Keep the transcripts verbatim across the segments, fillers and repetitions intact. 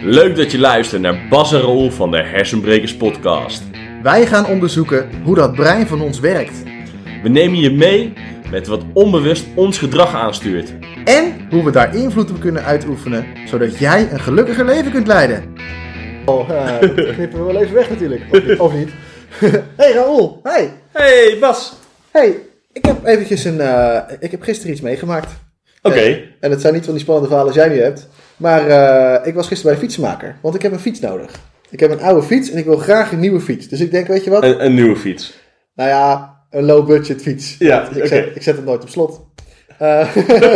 Leuk dat je luistert naar Bas en Raoul van de Hersenbrekers podcast. Wij gaan onderzoeken hoe dat brein van ons werkt. We nemen je mee met wat onbewust ons gedrag aanstuurt. En hoe we daar invloed op kunnen uitoefenen, zodat jij een gelukkiger leven kunt leiden. Oh, uh, dat knippen we wel even weg natuurlijk. Of niet? Of niet. Hey Raoul, hey. Hey Bas. Hey, ik heb eventjes een, uh, ik heb gisteren iets meegemaakt. Oké. Okay. En, en het zijn niet van die spannende verhalen als jij nu hebt. Maar uh, ik was gisteren bij de fietsenmaker, want ik heb een fiets nodig. Ik heb een oude fiets en ik wil graag een nieuwe fiets. Dus ik denk, weet je wat? Een, een nieuwe fiets. Nou ja, een low budget fiets. Ja, ik, okay. zet, ik zet hem nooit op slot. Uh,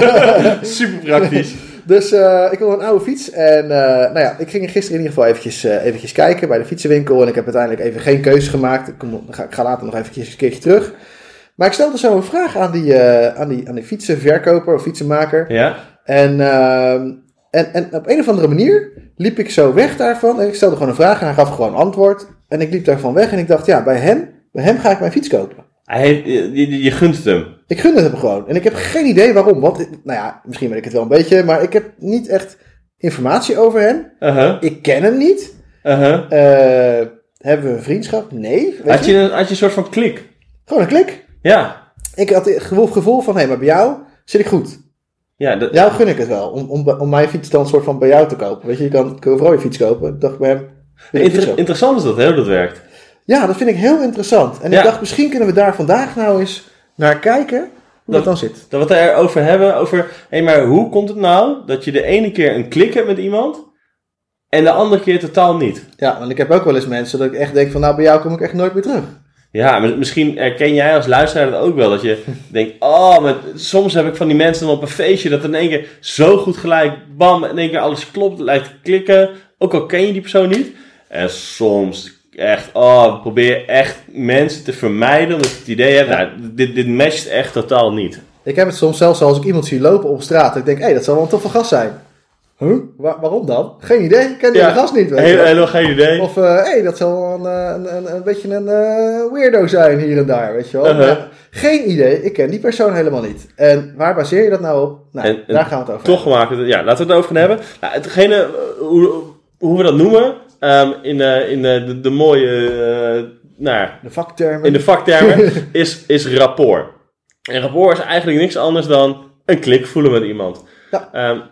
Super praktisch. Dus uh, ik wil een oude fiets. En uh, nou ja, ik ging gisteren in ieder geval eventjes, uh, eventjes kijken bij de fietsenwinkel. En ik heb uiteindelijk even geen keuze gemaakt. Ik, kom, ik, ga, ik ga later nog eventjes een keertje terug. Maar ik stelde zo een vraag aan die, uh, aan die, aan die fietsenverkoper of fietsenmaker. Ja. En, uh, en, en op een of andere manier liep ik zo weg daarvan. En ik stelde gewoon een vraag en hij gaf gewoon antwoord. En ik liep daarvan weg en ik dacht, ja, bij hem, bij hem ga ik mijn fiets kopen. Hij, je, je gunt het hem. Ik gunde het hem gewoon. En ik heb geen idee waarom. Want, nou ja, misschien weet ik het wel een beetje. Maar ik heb niet echt informatie over hem. Uh-huh. Ik ken hem niet. Uh-huh. Uh, hebben we een vriendschap? Nee. Weet had, je een, had je een soort van klik? Gewoon een klik. Ja. Ik had het gevoel, gevoel van, hé, hey, maar bij jou zit ik goed. Ja, dat... Jou gun ik het wel. Om, om, om mijn fiets dan een soort van bij jou te kopen. Weet je, je kan, kan overal je fiets kopen. Ik dacht bij hem... Inter- interessant is dat, hè, hoe dat werkt. Ja, dat vind ik heel interessant. En ja. ik dacht, misschien kunnen we daar vandaag nou eens naar kijken hoe dat, dat dan zit. Dat we het erover hebben, over... Hé, hey, maar hoe komt het nou dat je de ene keer een klik hebt met iemand... en de andere keer totaal niet? Ja, want ik heb ook wel eens mensen dat ik echt denk van... nou, bij jou kom ik echt nooit meer terug. Ja, maar misschien herken jij als luisteraar dat ook wel. Dat je denkt, oh, maar soms heb ik van die mensen dan op een feestje... dat in één keer zo goed gelijk, bam, in één keer alles klopt, het lijkt te klikken. Ook al ken je die persoon niet. En soms... Echt, oh, probeer echt mensen te vermijden omdat je het idee hebt, ja. nou, dit, dit matcht echt totaal niet. Ik heb het soms zelfs als ik iemand zie lopen op straat, dat ik denk, hé, hey, dat zal wel een toffe gast zijn. Huh? Waar, waarom dan? Geen idee, ik ken die ja, gast niet. Weet heel, helemaal geen idee. Of, hé, uh, hey, dat zal wel een, een, een, een beetje een uh, weirdo zijn hier en daar, weet je wel. Uh-huh. Ja, geen idee, ik ken die persoon helemaal niet. En waar baseer je dat nou op? Nou, en, daar gaan we het over toch hebben. Maken, ja, laten we het over gaan hebben. Nou, hetgene, hoe, hoe we dat noemen... Um, in uh, in uh, de, de mooie, uh, nou, de vaktermen, in de vaktermen is, is rapport. En rapport is eigenlijk niks anders dan een klik voelen met iemand. Ja. Um,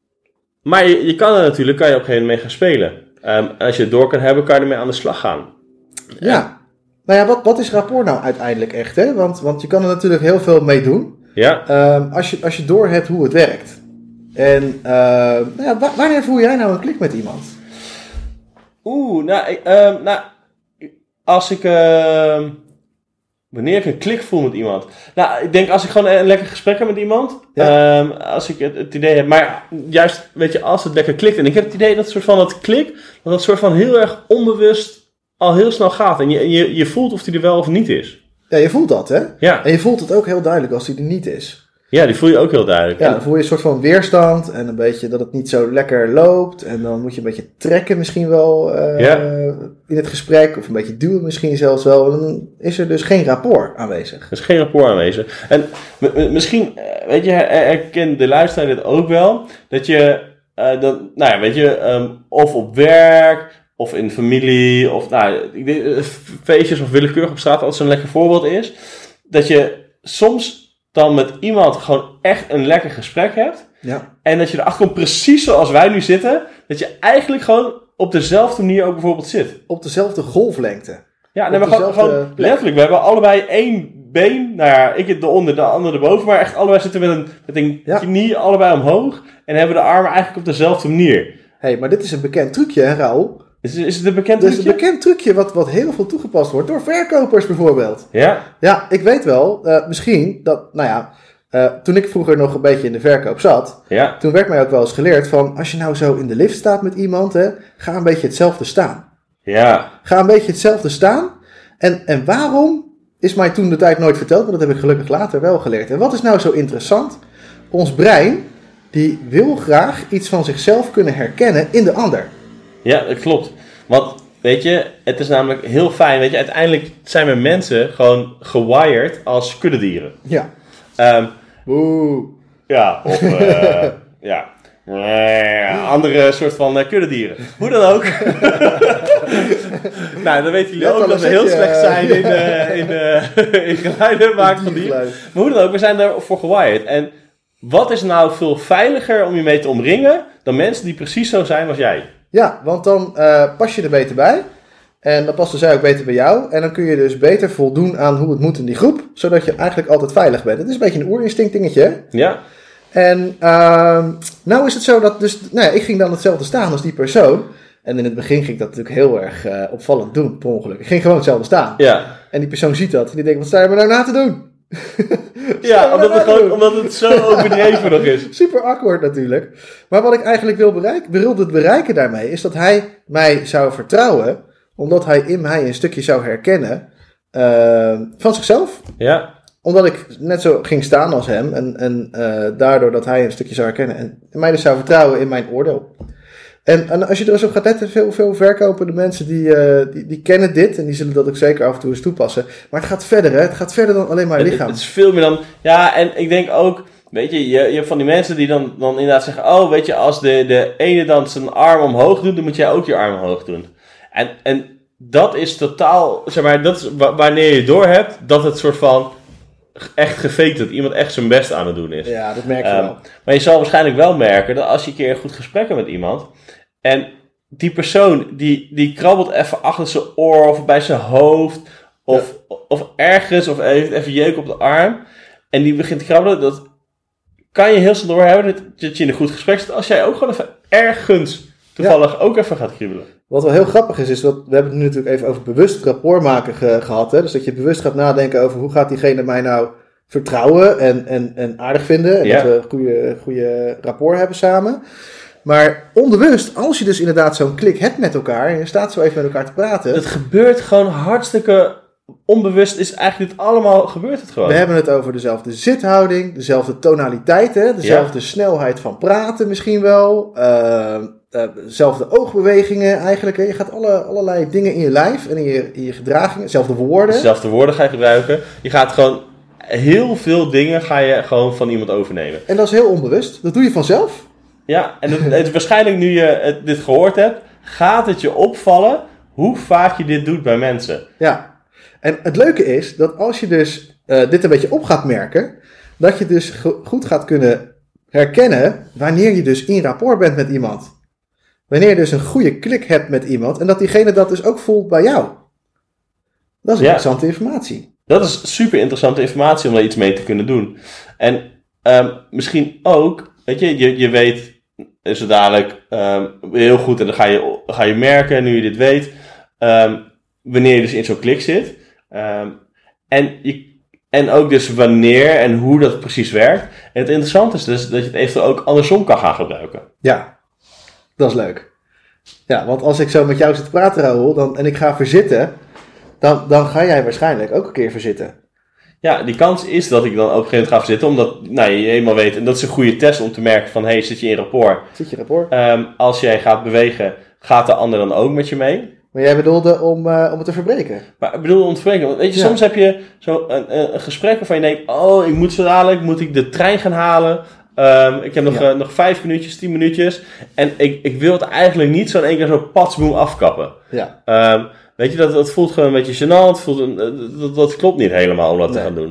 maar je, je kan er natuurlijk, kan je op een gegeven moment mee gaan spelen. Um, als je het door kan hebben, kan je ermee aan de slag gaan. Ja. En, nou ja, wat, wat is rapport nou uiteindelijk echt? Hè? Want, want je kan er natuurlijk heel veel mee doen. Ja. Um, als, je, als je door hebt hoe het werkt. En uh, nou ja, wa- wanneer voel jij nou een klik met iemand? Oeh, nou, ik, uh, nou, als ik, uh, wanneer ik een klik voel met iemand. Nou, ik denk als ik gewoon een, een lekker gesprek heb met iemand, ja. um, als ik het, het idee heb, maar juist, weet je, als het lekker klikt. En ik heb het idee dat het soort van dat klik, dat het soort van heel erg onbewust al heel snel gaat. En je, je, je voelt of die er wel of niet is. Ja, je voelt dat, hè? Ja. En je voelt het ook heel duidelijk als die er niet is. Ja, die voel je ook heel duidelijk. Ja, dan voel je een soort van weerstand en een beetje dat het niet zo lekker loopt. En dan moet je een beetje trekken misschien wel uh, ja. in het gesprek. Of een beetje duwen misschien zelfs wel. En dan is er dus geen rapport aanwezig. Er is geen rapport aanwezig. En m- m- misschien, weet je, herkent de luisteraar dit ook wel. Dat je, uh, dan, nou ja, weet je, um, of op werk, of in familie, of nou, ik denk, feestjes of willekeurig op straat, als een lekker voorbeeld is. Dat je soms... dan met iemand gewoon echt een lekker gesprek hebt. Ja. En dat je erachter komt, precies zoals wij nu zitten, dat je eigenlijk gewoon op dezelfde manier ook bijvoorbeeld zit. Op dezelfde golflengte. Ja, nee, maar gewoon, gewoon letterlijk. We hebben allebei één been, nou ja, ik eronder, de ander erboven, maar echt allebei zitten met een, met een ja. knie allebei omhoog en hebben de armen eigenlijk op dezelfde manier. Hé, hey, maar dit is een bekend trucje, hè, Raoul? Is, is het een bekend trucje? Het is een bekend trucje wat, wat heel veel toegepast wordt door verkopers bijvoorbeeld. Ja? Ja, ik weet wel, uh, misschien dat, nou ja, uh, toen ik vroeger nog een beetje in de verkoop zat, ja. toen werd mij ook wel eens geleerd van, als je nou zo in de lift staat met iemand, hè, ga een beetje hetzelfde staan. Ja. Ga een beetje hetzelfde staan. En, en waarom is mij toen de tijd nooit verteld, maar dat heb ik gelukkig later wel geleerd. En wat is nou zo interessant? Ons brein, die wil graag iets van zichzelf kunnen herkennen in de ander. Ja, dat klopt. Want, weet je, het is namelijk heel fijn. Weet je, uiteindelijk zijn we mensen gewoon gewired als kuddedieren. Ja. Um, Oeh. Ja, of, uh, ja. Uh, andere soort van uh, kuddedieren. Hoe dan ook. Nou, dan weten jullie Net ook al dat we een heel setje, slecht zijn in, uh, in, uh, in geluiden maken van dieren. Maar hoe dan ook, we zijn daarvoor gewired. En wat is nou veel veiliger om je mee te omringen dan mensen die precies zo zijn als jij? Ja, want dan uh, pas je er beter bij. En dan passen zij ook beter bij jou. En dan kun je dus beter voldoen aan hoe het moet in die groep. Zodat je eigenlijk altijd veilig bent. Het is een beetje een oerinstinct dingetje, hè? Ja. En uh, nou is het zo dat dus... Nou ja, ik ging dan hetzelfde staan als die persoon. En in het begin ging ik dat natuurlijk heel erg uh, opvallend doen, per ongeluk. Ik ging gewoon hetzelfde staan. Ja. En die persoon ziet dat. En die denkt, wat sta je me nou na te doen? Ja, omdat het, gewoon, omdat het zo overdreven nog is. Super awkward natuurlijk. Maar wat ik eigenlijk wil bereiken, wilde bereiken daarmee, is dat hij mij zou vertrouwen, omdat hij in mij een stukje zou herkennen uh, van zichzelf. Ja. Omdat ik net zo ging staan als hem en, en uh, daardoor dat hij een stukje zou herkennen en mij dus zou vertrouwen in mijn oordeel. En, en als je er eens op gaat letten, veel, veel verkopende mensen die, uh, die, die kennen dit en die zullen dat ook zeker af en toe eens toepassen. Maar het gaat verder, hè? Het gaat verder dan alleen maar lichaam. Het, het is veel meer dan... Ja, en ik denk ook... Weet je, je, je hebt van die mensen die dan, dan inderdaad zeggen... Oh, weet je, als de, de ene dan zijn arm omhoog doet, dan moet jij ook je arm omhoog doen. En, en dat is totaal... Zeg maar, dat is wa- wanneer je doorhebt dat het soort van... echt gefaked dat iemand echt zijn best aan het doen is. Ja, dat merk je um, wel. Maar je zal waarschijnlijk wel merken dat als je een keer een goed gesprek hebt met iemand... En die persoon die, die krabbelt even achter zijn oor of bij zijn hoofd... Of, ja. of ergens, of heeft even jeuk op de arm... En die begint te krabbelen, dat kan je heel snel doorhebben dat, dat je in een goed gesprek zit... Als jij ook gewoon even ergens toevallig ja. ook even gaat kriebelen. Wat wel heel grappig is, is dat we hebben het nu natuurlijk even over bewust rapport maken ge, gehad. Hè? Dus dat je bewust gaat nadenken over hoe gaat diegene mij nou vertrouwen en, en, en aardig vinden. En ja. dat we een goede, goede rapport hebben samen. Maar onbewust, als je dus inderdaad zo'n klik hebt met elkaar en je staat zo even met elkaar te praten. Het gebeurt gewoon hartstikke onbewust, is eigenlijk dit allemaal, gebeurt het gewoon. We hebben het over dezelfde zithouding, dezelfde tonaliteit, hè? Dezelfde ja. snelheid van praten misschien wel. Uh, uh, dezelfde oogbewegingen eigenlijk. Hè? Je gaat alle, allerlei dingen in je lijf en in je, in je gedragingen, dezelfde woorden. Dezelfde woorden ga je gebruiken. Je gaat gewoon, heel veel dingen ga je gewoon van iemand overnemen. En dat is heel onbewust, dat doe je vanzelf. Ja, en het, het is waarschijnlijk nu je het, dit gehoord hebt, gaat het je opvallen hoe vaak je dit doet bij mensen. Ja, en het leuke is dat als je dus uh, dit een beetje op gaat merken, dat je dus go- goed gaat kunnen herkennen wanneer je dus in rapport bent met iemand. Wanneer je dus een goede klik hebt met iemand en dat diegene dat dus ook voelt bij jou. Dat is ja. interessante informatie. Dat is super interessante informatie om daar iets mee te kunnen doen. En um, misschien ook, weet je, je, je weet zo dadelijk um, heel goed en dan ga je, ga je merken nu je dit weet, um, wanneer je dus in zo'n klik zit. Um, en, je, en ook dus wanneer en hoe dat precies werkt. En het interessante is dus dat je het eventueel ook andersom kan gaan gebruiken. Ja, dat is leuk. Ja, want als ik zo met jou zit te praten, Raoul, dan, en ik ga verzitten, dan, dan ga jij waarschijnlijk ook een keer verzitten. Ja, die kans is dat ik dan op een gegeven moment ga verzitten, omdat nou, je helemaal weet, en dat is een goede test om te merken van, hey, zit je in rapport? Zit je in rapport? Um, als jij gaat bewegen, gaat de ander dan ook met je mee? Maar jij bedoelde om, uh, om het te verbreken? Maar ik bedoel om te verbreken, want weet je, ja. soms heb je zo een, een, een gesprek waarvan je denkt, oh, ik moet zo dadelijk, moet ik de trein gaan halen? Um, ik heb nog, ja. uh, nog vijf minuutjes, tien minuutjes, en ik, ik wil het eigenlijk niet zo in één keer zo patsboom afkappen. Ja. Um, Weet je, dat, dat voelt gewoon een beetje gênant. Voelt een, dat, dat klopt niet helemaal om dat nee. te gaan doen.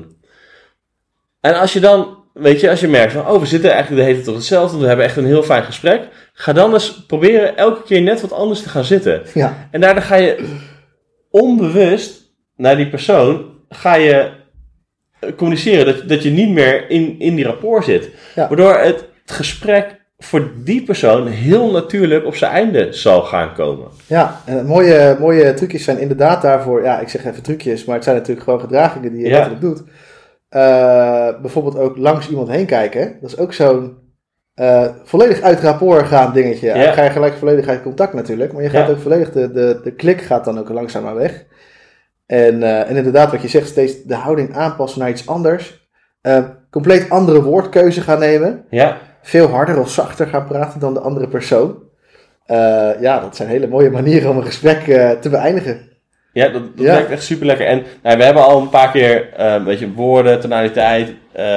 En als je dan, weet je, als je merkt van, oh, we zitten eigenlijk de hele tijd op hetzelfde. We hebben echt een heel fijn gesprek. Ga dan eens proberen elke keer net wat anders te gaan zitten. Ja. En daardoor ga je onbewust naar die persoon, ga je communiceren dat, dat je niet meer in, in die rapport zit. Ja. Waardoor het gesprek voor die persoon heel natuurlijk op zijn einde zal gaan komen. Ja, en mooie, mooie trucjes zijn inderdaad daarvoor, ja, ik zeg even trucjes, maar het zijn natuurlijk gewoon gedragingen die je ja. letterlijk doet. Uh, bijvoorbeeld ook langs iemand heen kijken. Dat is ook zo'n uh, volledig uit rapport gaan dingetje. Ja. Dan ga je gelijk volledig uit contact natuurlijk, maar je gaat ja. ook volledig, de, de, de klik gaat dan ook langzaam aan weg. En, uh, en inderdaad wat je zegt, steeds de houding aanpassen naar iets anders. Uh, compleet andere woordkeuze gaan nemen. Ja. Veel harder of zachter gaan praten dan de andere persoon. Uh, ja, dat zijn hele mooie manieren om een gesprek uh, te beëindigen. Ja, dat, dat ja. werkt echt super lekker. En nou, we hebben al een paar keer uh, een beetje woorden, tonaliteit, uh,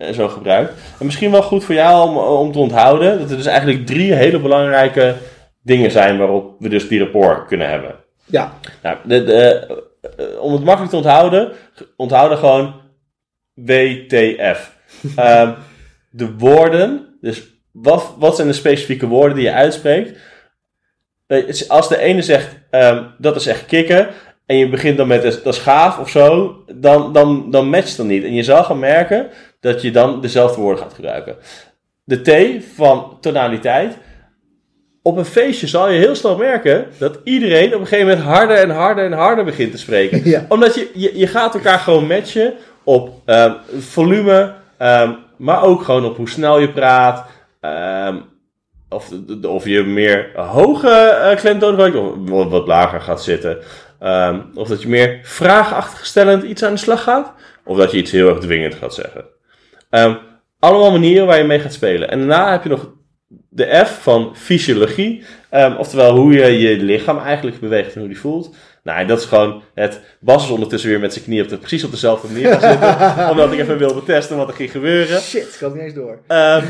en zo gebruikt. En misschien wel goed voor jou om, om te onthouden dat er dus eigenlijk drie hele belangrijke dingen zijn waarop we dus die rapport kunnen hebben. Ja. Nou, de, de, uh, om het makkelijk te onthouden, onthouden gewoon W T F. um, de woorden, dus wat, wat zijn de specifieke woorden die je uitspreekt? Als de ene zegt, um, dat is echt kicken, en je begint dan met, dat is gaaf of zo, dan, dan, dan matcht het niet. En je zal gaan merken dat je dan dezelfde woorden gaat gebruiken. De T van tonaliteit. Op een feestje zal je heel snel merken dat iedereen op een gegeven moment harder en harder en harder begint te spreken. Ja. Omdat je, je, je gaat elkaar gewoon matchen op um, volume, um, maar ook gewoon op hoe snel je praat. Um, of, of je meer hoge uh, klemtoon gebruikt of wat lager gaat zitten. Um, of dat je meer vraagachtig stellend iets aan de slag gaat. Of dat je iets heel erg dwingend gaat zeggen. Um, allemaal manieren waar je mee gaat spelen. En daarna heb je nog de F van fysiologie. Um, oftewel hoe je je lichaam eigenlijk beweegt en hoe die voelt. Nou, dat is gewoon het... Bas is ondertussen weer met zijn knie op de, precies op dezelfde manier gaan zitten. Omdat ik even wilde testen wat er ging gebeuren. Shit, ik had niet eens door. Um,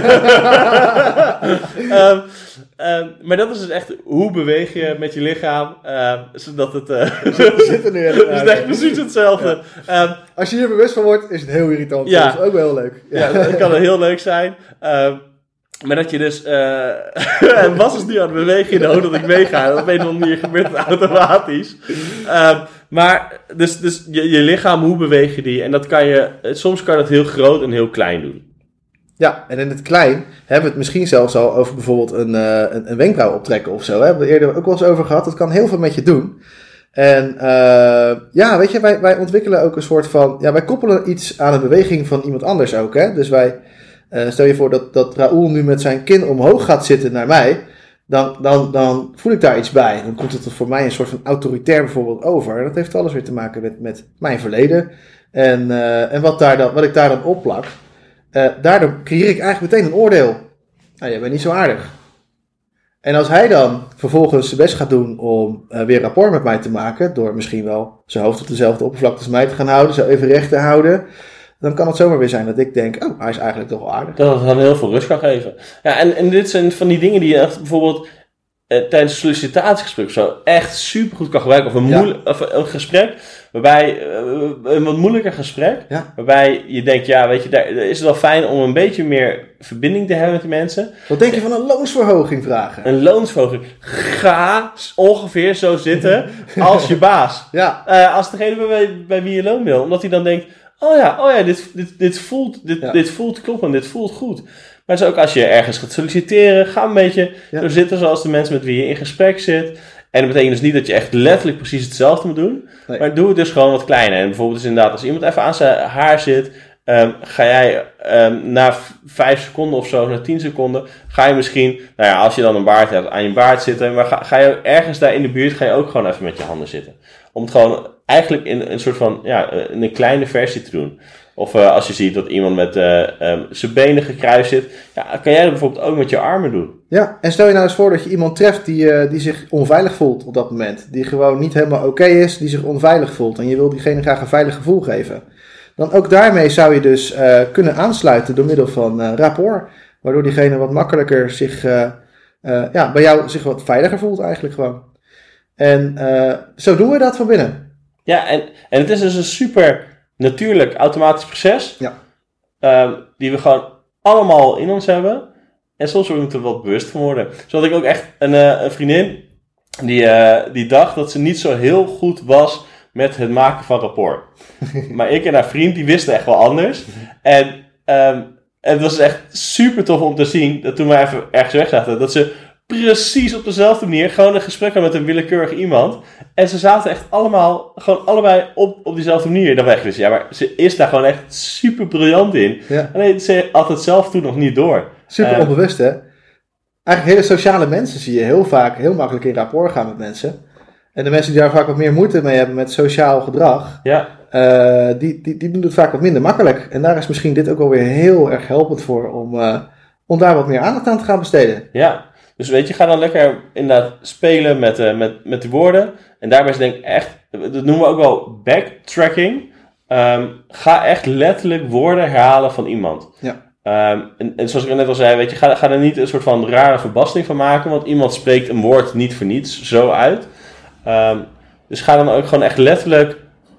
um, um, maar dat is dus echt... Hoe beweeg je met je lichaam? Um, zodat het... Uh, we zitten nu... Het is echt precies hetzelfde. Ja. Um, Als je hier bewust van wordt, is het heel irritant. Ja. Dat is ook wel heel leuk. Ja, ja dat kan heel leuk zijn. Um, Maar dat je dus... Uh, en Bas is nu aan het bewegen in de hoop dat ik meega. Op een of andere manier gebeurt het automatisch. Um, maar dus, dus je, je lichaam, hoe beweeg je die? En dat kan je... Soms kan je dat heel groot en heel klein doen. Ja, en in het klein hebben we het misschien zelfs al over bijvoorbeeld een, uh, een, een wenkbrauw optrekken of zo. Hè? Hebben we eerder ook wel eens over gehad. Dat kan heel veel met je doen. En uh, ja, weet je, wij, wij ontwikkelen ook een soort van... Ja, wij koppelen iets aan de beweging van iemand anders ook. Hè? Dus wij... Uh, stel je voor dat, dat Raoul nu met zijn kin omhoog gaat zitten naar mij, dan, dan, dan voel ik daar iets bij. Dan komt het er voor mij een soort van autoritair bijvoorbeeld over. En dat heeft alles weer te maken met, met mijn verleden. En, uh, en wat, daar dan, wat ik daar dan opplak. Uh, daardoor creëer ik eigenlijk meteen een oordeel. Nou, jij bent niet zo aardig. En als hij dan vervolgens zijn best gaat doen om uh, weer rapport met mij te maken, door misschien wel zijn hoofd op dezelfde oppervlakte als mij te gaan houden, zo even recht te houden, dan kan het zomaar weer zijn dat ik denk, oh, hij is eigenlijk toch wel aardig. Dat het dan heel veel rust kan geven. Ja, en, en dit zijn van die dingen die je echt bijvoorbeeld eh, tijdens een sollicitatiegesprek zo echt supergoed kan gebruiken. Of een, moeil- ja. of een gesprek, waarbij, uh, een wat moeilijker gesprek, ja. waarbij je denkt, ja, weet je, daar is het wel fijn om een beetje meer verbinding te hebben met die mensen. Wat denk je van een loonsverhoging vragen? Een loonsverhoging. Ga ongeveer zo zitten als je baas. Ja. Uh, als degene bij, bij wie je loon wil. Omdat hij dan denkt, oh ja, oh ja, dit, dit, dit, voelt, dit, ja. dit voelt kloppend, dit voelt goed. Maar dus ook als je ergens gaat solliciteren, ga een beetje ja. zo zitten zoals de mensen met wie je in gesprek zit. En dat betekent dus niet dat je echt letterlijk precies hetzelfde moet doen. Nee. Maar doe het dus gewoon wat kleiner. En bijvoorbeeld dus inderdaad, als iemand even aan zijn haar zit, um, ga jij um, na vijf seconden of zo, na tien seconden, ga je misschien, nou ja, als je dan een baard hebt, aan je baard zitten. Maar ga, ga je ergens daar in de buurt, ga je ook gewoon even met je handen zitten. Om het gewoon eigenlijk in een soort van, ja, in een kleine versie te doen. Of uh, als je ziet dat iemand met uh, um, zijn benen gekruist zit, ja, kan jij dat bijvoorbeeld ook met je armen doen. Ja, en stel je nou eens voor dat je iemand treft die, uh, die zich onveilig voelt op dat moment. Die gewoon niet helemaal oké okay is, die zich onveilig voelt. En je wil diegene graag een veilig gevoel geven. Dan ook daarmee zou je dus uh, kunnen aansluiten door middel van uh, rapport. Waardoor diegene wat makkelijker zich, uh, uh, ja, bij jou zich wat veiliger voelt eigenlijk gewoon. En uh, zo doen we dat van binnen. Ja, en, en het is dus een super natuurlijk automatisch proces. Ja. Um, die we gewoon allemaal in ons hebben. En soms moeten we er wat bewust van worden. Zo had ik ook echt een, uh, een vriendin die, uh, die dacht dat ze niet zo heel goed was met het maken van rapport. Maar ik en haar vriend die wisten echt wel anders. En um, het was echt super tof om te zien dat toen we even ergens weg zaten, dat ze precies op dezelfde manier gewoon een gesprek hadden met een willekeurig iemand. En ze zaten echt allemaal, gewoon allebei op, op diezelfde manier. Dan weg. Dus ja, maar ze is daar gewoon echt super briljant in. Ja. Alleen ze had het zelf toen nog niet door. Super uh, onbewust, hè? Eigenlijk hele sociale mensen zie je heel vaak heel makkelijk in rapport gaan met mensen. En de mensen die daar vaak wat meer moeite mee hebben met sociaal gedrag, ja. uh, die, die, die doen het vaak wat minder makkelijk. En daar is misschien dit ook wel weer heel erg helpend voor om, uh, om daar wat meer aandacht aan te gaan besteden. Ja. Dus weet je, ga dan lekker inderdaad spelen met, uh, met, met de woorden. En daarbij is denk ik echt, dat noemen we ook wel backtracking. Um, ga echt letterlijk woorden herhalen van iemand. Ja. Um, en, en zoals ik net al zei, weet je, ga, ga er niet een soort van rare verbastering van maken, want iemand spreekt een woord niet voor niets zo uit. Um, dus ga dan ook gewoon echt letterlijk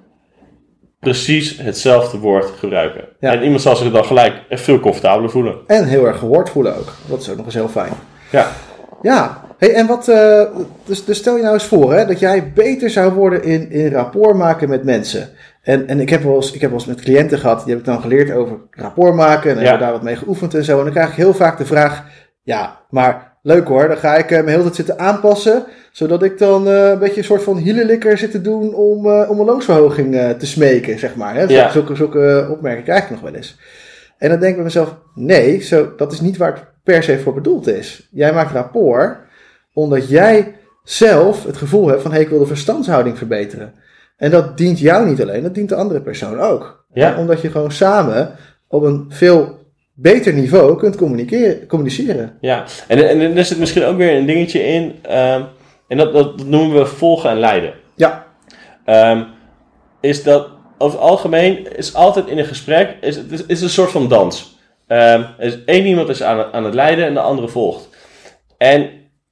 precies hetzelfde woord gebruiken. Ja. En iemand zal zich dan gelijk echt veel comfortabeler voelen. En heel erg gehoord voelen ook. Dat is ook nog eens heel fijn. Ja. Ja. Hey, en wat, uh, dus, dus stel je nou eens voor hè, dat jij beter zou worden in, in rapport maken met mensen. En, en ik, heb wel eens, ik heb wel eens met cliënten gehad, die heb ik dan geleerd over rapport maken. En ja. hebben daar wat mee geoefend en zo. En dan krijg ik heel vaak de vraag, ja, maar leuk hoor, dan ga ik uh, me heel tijd zitten aanpassen. Zodat ik dan uh, een beetje een soort van hielenlikker zit te doen om, uh, om een loonsverhoging uh, te smeken, zeg maar. Hè? Ja. Zulke, zulke opmerkingen krijg ik nog wel eens. En dan denk ik bij mezelf, nee, zo, dat is niet waar het per se voor bedoeld is. Jij maakt rapport omdat jij zelf het gevoel hebt van, hé, hey, ik wil de verstandshouding verbeteren. En dat dient jou niet alleen, dat dient de andere persoon ook. Ja. Omdat je gewoon samen op een veel beter niveau kunt communiceren. Ja, en, en er zit misschien ook weer een dingetje in, um, en dat, dat, dat noemen we volgen en leiden. Ja. Um, is dat over het algemeen is altijd in een gesprek, is het is, is een soort van dans. Um, er is één iemand is aan, aan het leiden en de andere volgt. En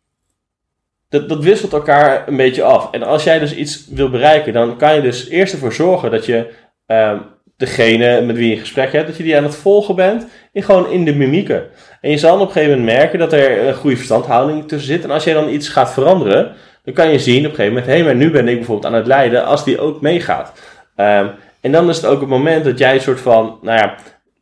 Dat, dat wisselt elkaar een beetje af. En als jij dus iets wil bereiken, dan kan je dus eerst ervoor zorgen dat je um, degene met wie je een gesprek hebt, dat je die aan het volgen bent, in, gewoon in de mimieken. En je zal op een gegeven moment merken dat er een goede verstandhouding tussen zit. En als jij dan iets gaat veranderen, dan kan je zien op een gegeven moment, hé, hey, maar nu ben ik bijvoorbeeld aan het leiden, als die ook meegaat. Um, en dan is het ook het moment dat jij een soort van, nou ja,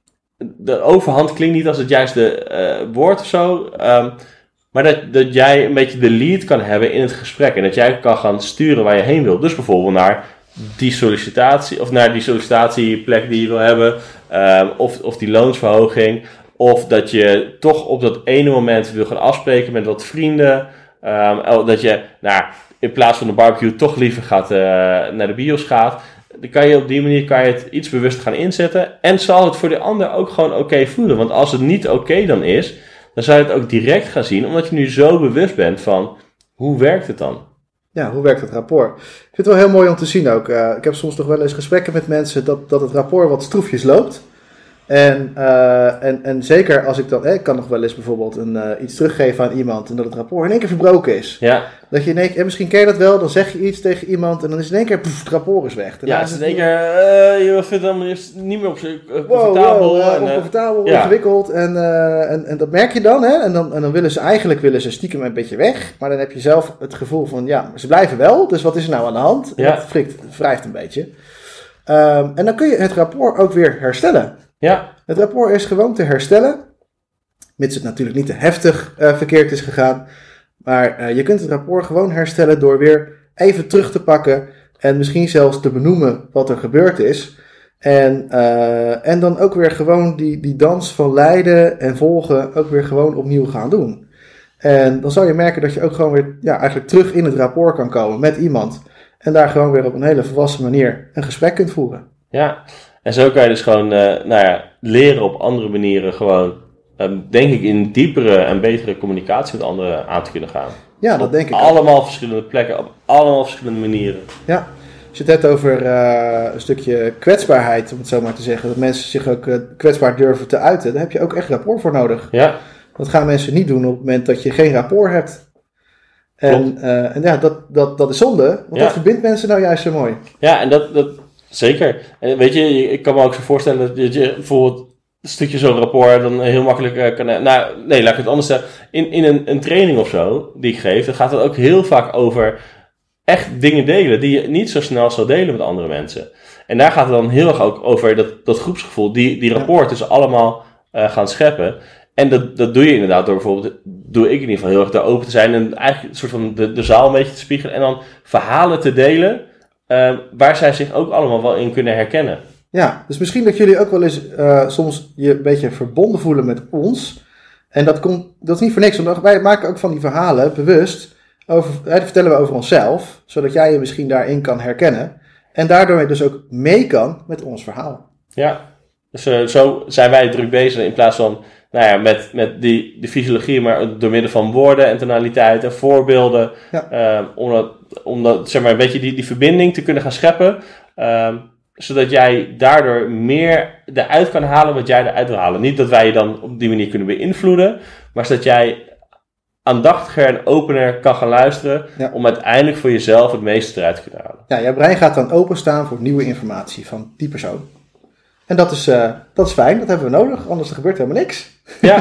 de overhand klinkt niet als het juiste uh, woord of zo, um, maar dat, dat jij een beetje de lead kan hebben in het gesprek. En dat jij kan gaan sturen waar je heen wilt. Dus bijvoorbeeld naar die sollicitatie. Of naar die sollicitatieplek die je wil hebben. Um, of, of die loonsverhoging. Of dat je toch op dat ene moment wil gaan afspreken met wat vrienden. Um, dat je nou, in plaats van de barbecue toch liever gaat, uh, naar de bios gaat. Dan kan je op die manier kan je het iets bewust gaan inzetten. En zal het voor de ander ook gewoon oké okay voelen. Want als het niet oké okay dan is, dan zou je het ook direct gaan zien, omdat je nu zo bewust bent van, hoe werkt het dan? Ja, hoe werkt het rapport? Ik vind het wel heel mooi om te zien ook. Uh, ik heb soms nog wel eens gesprekken met mensen dat, dat het rapport wat stroefjes loopt. En, uh, en, en zeker als ik dan, eh, ik kan nog wel eens bijvoorbeeld een, uh, iets teruggeven aan iemand en dat het rapport in één keer verbroken is. Ja. Dat je in één keer, misschien ken je dat wel, dan zeg je iets tegen iemand en dan is in één keer, poef, het rapport is weg. Daarna ja, is het in één keer, uh, je vindt het helemaal niet meer op uh, comfortabel. Wow, wow, uh, en, oncomfortabel, uh, ingewikkeld en, uh, en, en dat merk je dan, hè. En dan, en dan willen ze eigenlijk willen ze stiekem een beetje weg, maar dan heb je zelf het gevoel van, ja, ze blijven wel, dus wat is er nou aan de hand? En ja. Dat wrikt, wrijft een beetje. Um, en dan kun je het rapport ook weer herstellen. Ja. Het rapport is gewoon te herstellen, mits het natuurlijk niet te heftig uh, verkeerd is gegaan. Maar uh, je kunt het rapport gewoon herstellen door weer even terug te pakken en misschien zelfs te benoemen wat er gebeurd is. En, uh, en dan ook weer gewoon die, die dans van leiden en volgen ook weer gewoon opnieuw gaan doen. En dan zal je merken dat je ook gewoon weer ja, eigenlijk terug in het rapport kan komen met iemand. En daar gewoon weer op een hele volwassen manier een gesprek kunt voeren. Ja, en zo kan je dus gewoon uh, nou ja, leren op andere manieren gewoon, uh, denk ik, in diepere en betere communicatie met anderen aan te kunnen gaan. Ja, dat op denk ik allemaal ook. Verschillende plekken, op allemaal verschillende manieren. Ja, als je het hebt over uh, een stukje kwetsbaarheid, om het zo maar te zeggen, dat mensen zich ook uh, kwetsbaar durven te uiten, daar heb je ook echt rapport voor nodig. Ja. Dat gaan mensen niet doen op het moment dat je geen rapport hebt. En, uh, en ja, dat, dat, dat is zonde, want ja. Dat verbindt mensen nou juist zo mooi. Ja, en dat, dat zeker. En weet je, ik kan me ook zo voorstellen dat je bijvoorbeeld een stukje zo'n rapport dan heel makkelijk uh, kan... Nou, nee, laat ik het anders zeggen. In, in een, een training of zo, die ik geef, dan gaat het ook heel vaak over echt dingen delen die je niet zo snel zou delen met andere mensen. En daar gaat het dan heel erg ook over dat, dat groepsgevoel, die, die rapport tussen allemaal uh, gaan scheppen. En dat, dat doe je inderdaad door bijvoorbeeld, doe ik in ieder geval heel erg daar open te zijn en eigenlijk een soort van de, de zaal een beetje te spiegelen en dan verhalen te delen uh, waar zij zich ook allemaal wel in kunnen herkennen. Ja, dus misschien dat jullie ook wel eens uh, soms je een beetje verbonden voelen met ons. En dat komt, dat is niet voor niks, want wij maken ook van die verhalen bewust, over, dat vertellen we over onszelf, zodat jij je misschien daarin kan herkennen. En daardoor dus ook mee kan met ons verhaal. Ja, dus uh, zo zijn wij druk bezig in plaats van, nou ja, met, met die, die fysiologie, maar door middel van woorden en tonaliteit en voorbeelden, ja. uh, om, dat, om dat, zeg maar, een beetje die, die verbinding te kunnen gaan scheppen. Uh, zodat jij daardoor meer eruit kan halen wat jij eruit wil halen. Niet dat wij je dan op die manier kunnen beïnvloeden, maar zodat jij aandachtiger en opener kan gaan luisteren, ja. om uiteindelijk voor jezelf het meeste eruit te kunnen halen. Ja, jouw brein gaat dan openstaan voor nieuwe informatie van die persoon. En dat is, uh, dat is fijn, dat hebben we nodig, anders gebeurt helemaal niks. Ja.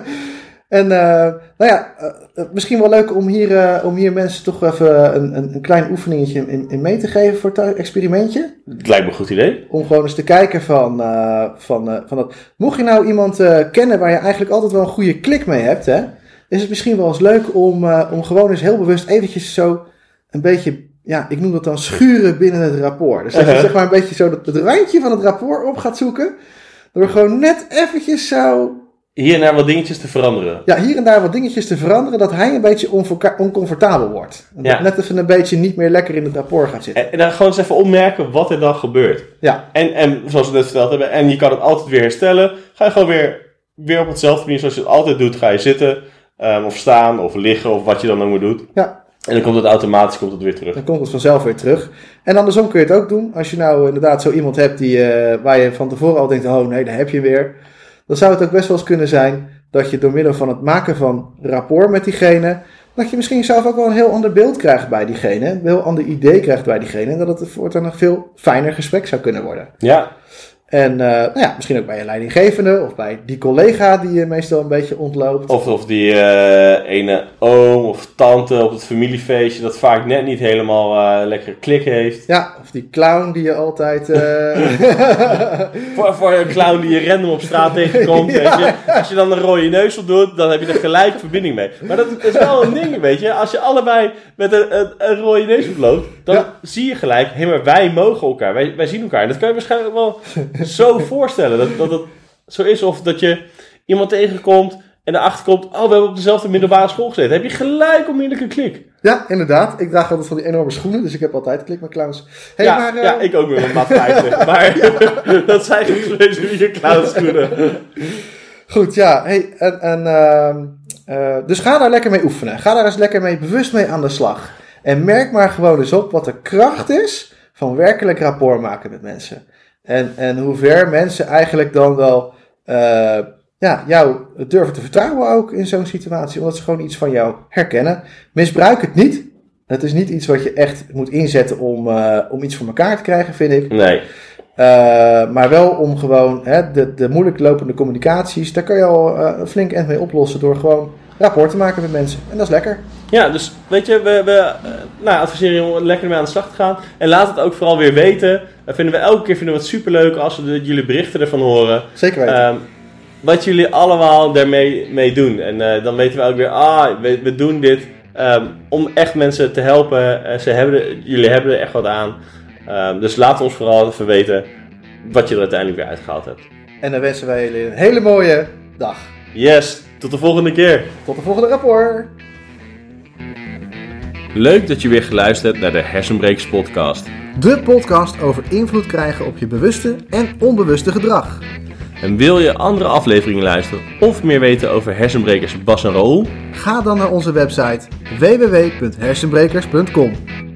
En uh, nou ja, uh, misschien wel leuk om hier, uh, om hier mensen toch even een, een, een klein oefeningetje in, in mee te geven voor het experimentje. Het lijkt me een goed idee. Om gewoon eens te kijken van, uh, van, uh, van dat. Mocht je nou iemand uh, kennen waar je eigenlijk altijd wel een goede klik mee hebt, hè, is het misschien wel eens leuk om, uh, om gewoon eens heel bewust eventjes zo een beetje, ja, ik noem dat dan schuren binnen het rapport. Dus dat je uh-huh. zeg maar een beetje zo dat het randje van het rapport op gaat zoeken, door gewoon net eventjes zo hier en daar wat dingetjes te veranderen. Ja, hier en daar wat dingetjes te veranderen, dat hij een beetje onvoca- oncomfortabel wordt. En ja. dat net even een beetje niet meer lekker in het rapport gaat zitten. En, en dan gewoon eens even opmerken wat er dan gebeurt. Ja. En, en zoals we net verteld hebben, en je kan het altijd weer herstellen. Ga je gewoon weer, weer op hetzelfde manier zoals je het altijd doet. Ga je zitten, um, of staan, of liggen, of wat je dan ook maar doet. Ja. En dan komt het automatisch komt het weer terug. Dan komt het vanzelf weer terug. En andersom kun je het ook doen. Als je nou inderdaad zo iemand hebt die, uh, waar je van tevoren al denkt, oh nee, daar heb je weer. Dan zou het ook best wel eens kunnen zijn dat je door middel van het maken van rapport met diegene, dat je misschien zelf ook wel een heel ander beeld krijgt bij diegene. Een heel ander idee krijgt bij diegene. En dat het voortaan een veel fijner gesprek zou kunnen worden. Ja. En uh, nou ja, misschien ook bij je leidinggevende of bij die collega die je meestal een beetje ontloopt. Of, of die uh, ene oom of tante op het familiefeestje dat vaak net niet helemaal uh, lekker klik heeft. Ja, of die clown die je altijd... Uh... voor, voor een clown die je random op straat tegenkomt. Ja. Weet je. Als je dan een rode neus op doet, dan heb je er gelijk verbinding mee. Maar dat is wel een ding, weet je. Als je allebei met een, een, een rode neus oploopt, dan ja. zie je gelijk, hé, maar wij mogen elkaar. Wij, wij zien elkaar. En dat kan je waarschijnlijk wel zo voorstellen. Dat, dat het zo is of dat je iemand tegenkomt en erachter komt, oh, we hebben op dezelfde middelbare school gezeten. Dan heb je gelijk onmiddellijk een klik. Ja, inderdaad. Ik draag altijd van die enorme schoenen, dus ik heb altijd klik met clowns. Hey, ja, maar, uh... ja, ik ook met mijn maat vijftig. Maar ja. dat zijn specifieke clownschoenen. Goed, ja. Hey, en, en, uh, uh, dus ga daar lekker mee oefenen. Ga daar eens lekker mee, bewust mee aan de slag. En merk maar gewoon eens op wat de kracht is van werkelijk rapport maken met mensen. En, en hoe ver mensen eigenlijk dan wel uh, ja, jou durven te vertrouwen ook in zo'n situatie. Omdat ze gewoon iets van jou herkennen. Misbruik het niet. Het is niet iets wat je echt moet inzetten om, uh, om iets voor elkaar te krijgen, vind ik. Nee. Uh, maar wel om gewoon hè, de, de moeilijk lopende communicaties, daar kan je al uh, een flink eind mee oplossen door gewoon rapport te maken met mensen. En dat is lekker. Ja, dus weet je, we, we uh, nou, adviseren je om lekker mee aan de slag te gaan. En laat het ook vooral weer weten. Uh, vinden we elke keer vinden we het superleuk als we de, jullie berichten ervan horen. Zeker weten. Um, wat jullie allemaal daarmee mee doen. En uh, dan weten we ook weer, ah, we, we doen dit um, om echt mensen te helpen. Uh, ze hebben er, jullie hebben er echt wat aan. Um, dus laat ons vooral even weten wat je er uiteindelijk weer uitgehaald hebt. En dan wensen wij jullie een hele mooie dag. Yes, tot de volgende keer. Tot de volgende rapport. Leuk dat je weer geluisterd hebt naar de Hersenbrekers podcast. De podcast over invloed krijgen op je bewuste en onbewuste gedrag. En wil je andere afleveringen luisteren of meer weten over hersenbrekers Bas en Raoul? Ga dan naar onze website w w w punt hersenbrekers punt com.